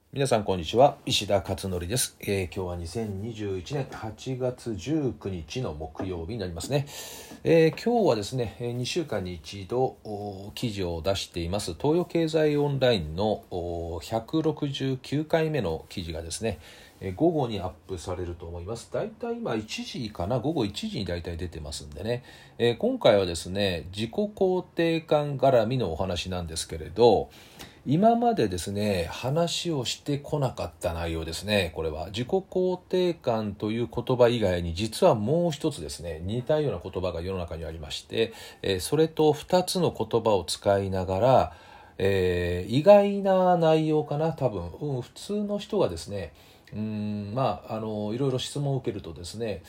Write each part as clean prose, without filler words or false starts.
皆さんこんにちは、石田勝則です。今日は2021年8月19日の木曜日になりますね。今日はですね、2週間に一度記事を出しています東洋経済オンラインの169回目の記事がですね、午後にアップされると思います。だいたい今1時かな、午後1時にだいたい出てますんでね、今回はですね、自己肯定感絡みのお話なんですけれど、今までですね、話をしてこなかった内容ですね。これは自己肯定感という言葉以外に実はもう一つですね、似たような言葉が世の中にありまして、それと2つの言葉を使いながら、意外な内容かな、多分、普通の人がですね、いろいろ質問を受けるとですね、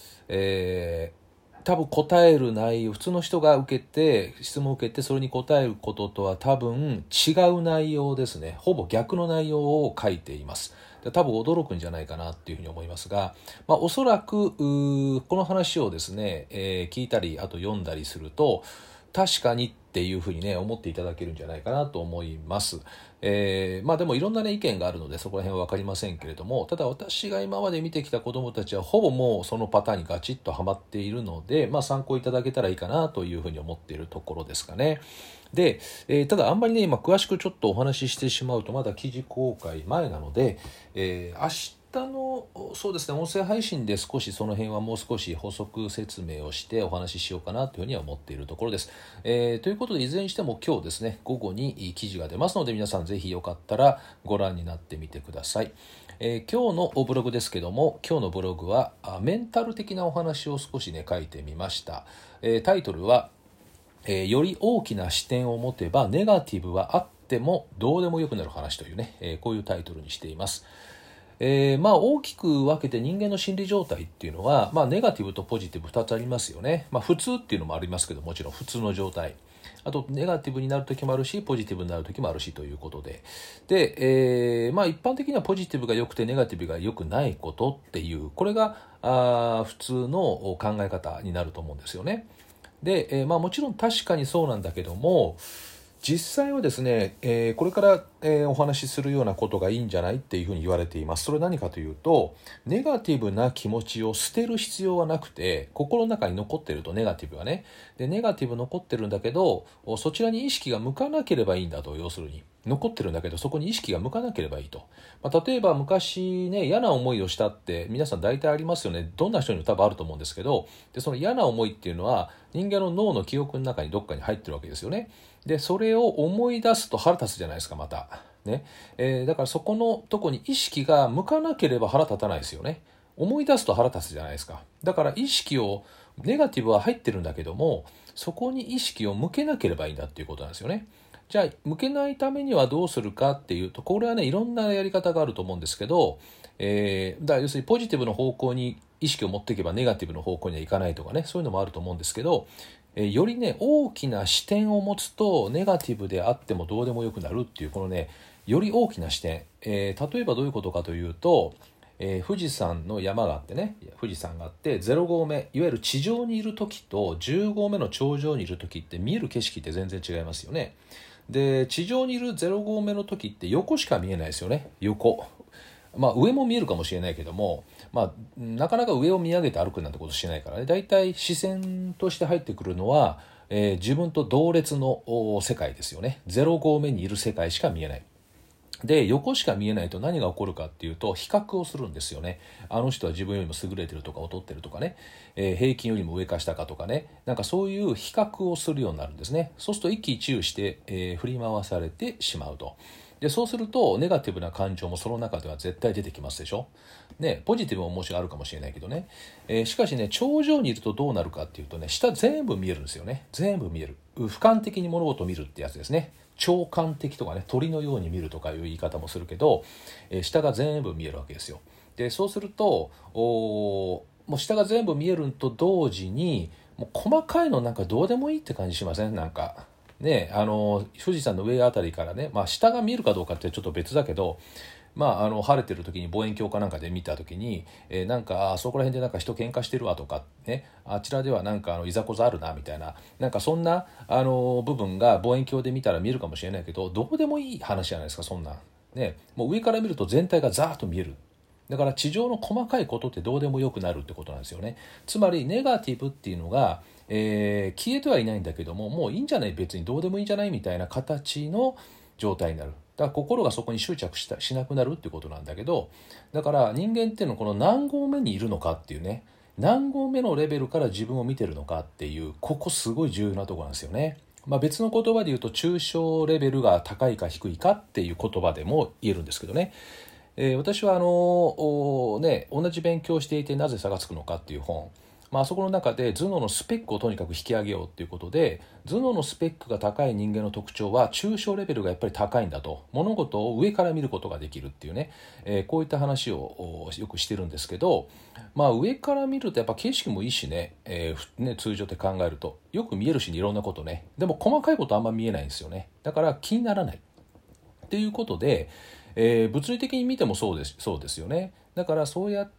多分答える内容、普通の人が受けて質問を受けてそれに答えることとは多分違う内容ですね。ほぼ逆の内容を書いています。で多分驚くんじゃないかなっていうふうに思いますが、おそらくこの話をですね、聞いたりあと読んだりすると確かにっていうふうにね思っていただけるんじゃないかなと思います。でもいろんなね意見があるのでそこら辺は分かりませんけれども、ただ私が今まで見てきた子どもたちはほぼもうそのパターンにガチッとはまっているので、参考いただけたらいいかなというふうに思っているところですかね。で、ただあんまりね今詳しくちょっとお話ししてしまうとまだ記事公開前なので、明日のそうですね音声配信で少しその辺はもう少し補足説明をしてお話ししようかなというふうには思っているところです。ということでいずれにしても今日ですね午後に記事が出ますので皆さんぜひよかったらご覧になってみてください。今日のブログですけども、今日のブログはメンタル的なお話を少しね書いてみました。タイトルはより大きな視点を持てばネガティブはあってもどうでもよくなる話というね、こういうタイトルにしています。大きく分けて人間の心理状態っていうのは、ネガティブとポジティブ2つありますよね。普通っていうのもありますけど、もちろん普通の状態。あとネガティブになる時もあるしポジティブになる時もあるしということで、一般的にはポジティブが良くてネガティブが良くないことっていうこれが普通の考え方になると思うんですよね。で、もちろん確かにそうなんだけども、実際はですね、これから、お話しするようなことがいいんじゃないっていうふうに言われています。それは何かというと、ネガティブな気持ちを捨てる必要はなくて、心の中に残っているとネガティブはね。で、ネガティブ残ってるんだけど、そちらに意識が向かなければいいんだと、要するに。残ってるんだけど、そこに意識が向かなければいいと。例えば昔ね、嫌な思いをしたって皆さん大体ありますよね。どんな人にも多分あると思うんですけど、で、その嫌な思いっていうのは人間の脳の記憶の中にどっかに入ってるわけですよね。でそれを思い出すと腹立つじゃないですかまたね、だからそこのとこに意識が向かなければ腹立たないですよね。思い出すと腹立つじゃないですか。だから意識をネガティブは入ってるんだけどもそこに意識を向けなければいいんだっていうことなんですよね。じゃあ向けないためにはどうするかっていうとこれはねいろんなやり方があると思うんですけど、だから要するにポジティブの方向に意識を持っていけばネガティブの方向にはいかないとかねそういうのもあると思うんですけど、よりね大きな視点を持つとネガティブであってもどうでもよくなるっていうこのねより大きな視点、例えばどういうことかというと、富士山の山があってね富士山があって0合目いわゆる地上にいる時と10合目の頂上にいる時って見える景色って全然違いますよね。で地上にいる0合目の時って横しか見えないですよね。横上も見えるかもしれないけども、なかなか上を見上げて歩くなんてことしないからね。だいたい視線として入ってくるのは、自分と同列の世界ですよね。0合目にいる世界しか見えない。で横しか見えないと何が起こるかっていうと比較をするんですよね。あの人は自分よりも優れてるとか劣ってるとかね、平均よりも上か下かとかね、なんかそういう比較をするようになるんですね。そうすると一喜一憂して、振り回されてしまうと。でそうするとネガティブな感情もその中では絶対出てきますでしょ。ね、ポジティブももちろんあるかもしれないけどね、しかしね頂上にいるとどうなるかっていうとね下全部見えるんですよね。全部見える。俯瞰的に物事を見るってやつですね。長官的とかね鳥のように見るとかいう言い方もするけど、下が全部見えるわけですよ。でそうするともう下が全部見えると同時にもう細かいのなんかどうでもいいって感じしません？なんかね富士山の上あたりからね、下が見えるかどうかってちょっと別だけど、晴れてる時に望遠鏡かなんかで見た時に、なんかそこら辺でなんか人喧嘩してるわとかね、あちらではなんかいざこざあるなみたいな、なんかそんな部分が望遠鏡で見たら見えるかもしれないけどどうでもいい話じゃないですかそんな。 ね、もう上から見ると全体がザーッと見える。だから地上の細かいことってどうでもよくなるってことなんですよね。つまりネガティブっていうのが、消えてはいないんだけども、もういいんじゃない、別にどうでもいいんじゃないみたいな形の状態になる。だから心がそこに執着しなくなるってことなんだけど、だから人間っていうのはこの何合目にいるのかっていうね、何合目のレベルから自分を見てるのかっていう、ここすごい重要なところなんですよね。別の言葉で言うと抽象レベルが高いか低いかっていう言葉でも言えるんですけどね。私は同じ勉強をしていてなぜ差がつくのかっていう本、あそこの中で頭脳のスペックをとにかく引き上げようっていうことで、頭脳のスペックが高い人間の特徴は抽象レベルがやっぱり高いんだと、物事を上から見ることができるっていうね、こういった話をよくしてるんですけど、上から見るとやっぱ景色もいいしね、通常って考えるとよく見えるし、いろんなことね。でも細かいことあんま見えないんですよね。だから気にならないっていうことで、物理的に見てもそうですよね。だからそうやって、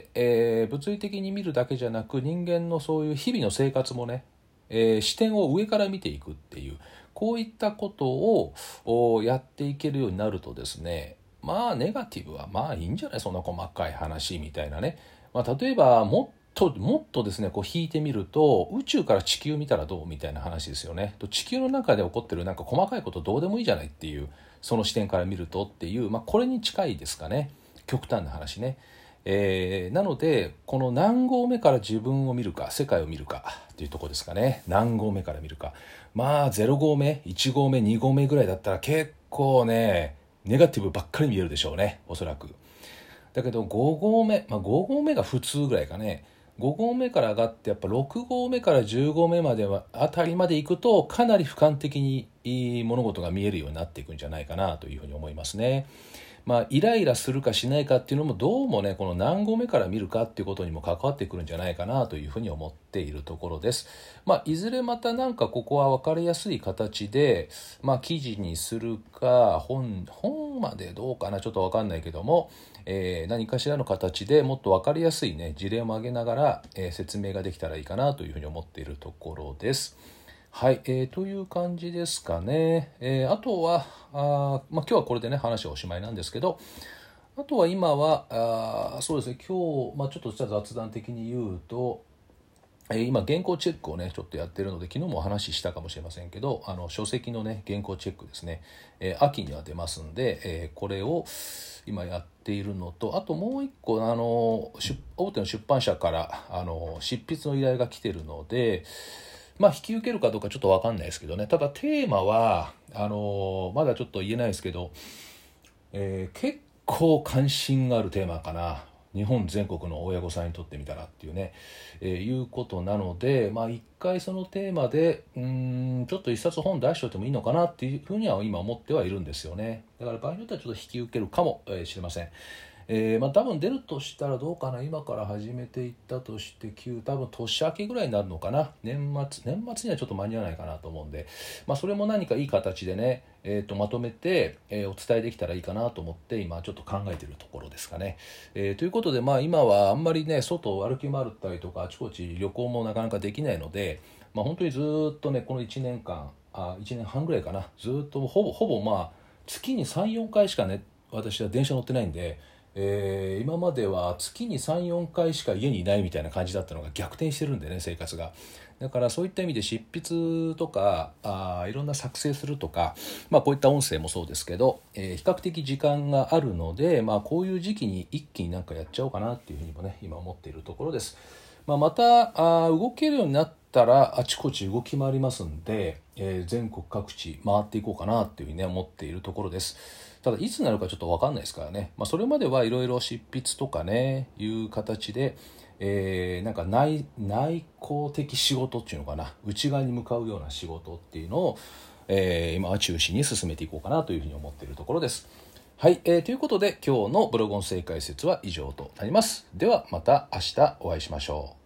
物理的に見るだけじゃなく、人間のそういう日々の生活もね、視点を上から見ていくっていう、こういったことをやっていけるようになるとですね、ネガティブはいいんじゃない、そんな細かい話みたいなね。例えばもっとですね、こう引いてみると、宇宙から地球見たらどうみたいな話ですよね。地球の中で起こってるなんか細かいことどうでもいいじゃないっていう、その視点から見るとっていう、これに近いですかね。極端な話ね。なのでこの何合目から自分を見るか、世界を見るかっていうところですかね。何合目から見るか。0合目、1合目、2合目ぐらいだったら結構ね、ネガティブばっかり見えるでしょうね、おそらく。だけど5合目、5合目が普通ぐらいかね。5合目から上がってやっぱ6合目から10合目まではあたりまで行くと、かなり俯瞰的に物事が見えるようになっていくんじゃないかなというふうに思いますね。イライラするかしないかっていうのもどうもね、この何合目から見るかっていうことにも関わってくるんじゃないかなというふうに思っているところです。いずれまたなんかここは分かりやすい形で、記事にするか本までどうかな、ちょっと分かんないけども、何かしらの形でもっと分かりやすいね、事例も挙げながら、説明ができたらいいかなというふうに思っているところです。はい、という感じですかね。あとは今日はこれでね話はおしまいなんですけど、あとは今はそうですね、今日、ちょっとした雑談的に言うと、今原稿チェックをねちょっとやってるので、昨日もお話ししたかもしれませんけど、書籍のね原稿チェックですね、秋には出ますんで、これを今やっているのと、あともう一個大手の出版社から執筆の依頼が来てるので、引き受けるかどうかちょっと分かんないですけどね。ただテーマはまだちょっと言えないですけど、結構関心があるテーマかな。日本全国の親御さんにとってみたらっていうね、いうことなので、一回そのテーマでちょっと一冊本出しておいてもいいのかなっていうふうには今思ってはいるんですよね。だから場合によってはちょっと引き受けるかもしれません。多分出るとしたらどうかな、今から始めていったとして多分年明けぐらいになるのかな。年末にはちょっと間に合わないかなと思うんで、それも何かいい形でね、まとめて、お伝えできたらいいかなと思って今ちょっと考えているところですかね。ということで、今はあんまりね外を歩き回ったりとかあちこち旅行もなかなかできないので、本当にずっとねこの1年間1年半ぐらいかな、ずっとほぼ月に 3,4 回しかね私は電車乗ってないんで、今までは月に 3,4 回しか家にいないみたいな感じだったのが逆転してるんでね、生活が。だからそういった意味で執筆とかいろんな作成するとか、こういった音声もそうですけど、比較的時間があるので、こういう時期に一気になんかやっちゃおうかなっていうふうにもね今思っているところです。また動けるようになったらあちこち動き回りますんで、全国各地回っていこうかなっていうふうにね思っているところです。ただいつになるかちょっと分かんないですからね、それまではいろいろ執筆とかねいう形で、なんか内向的仕事っていうのかな、内側に向かうような仕事っていうのを、今は中心に進めていこうかなというふうに思っているところです。はい、ということで今日のブログ音声解説は以上となります。ではまた明日お会いしましょう。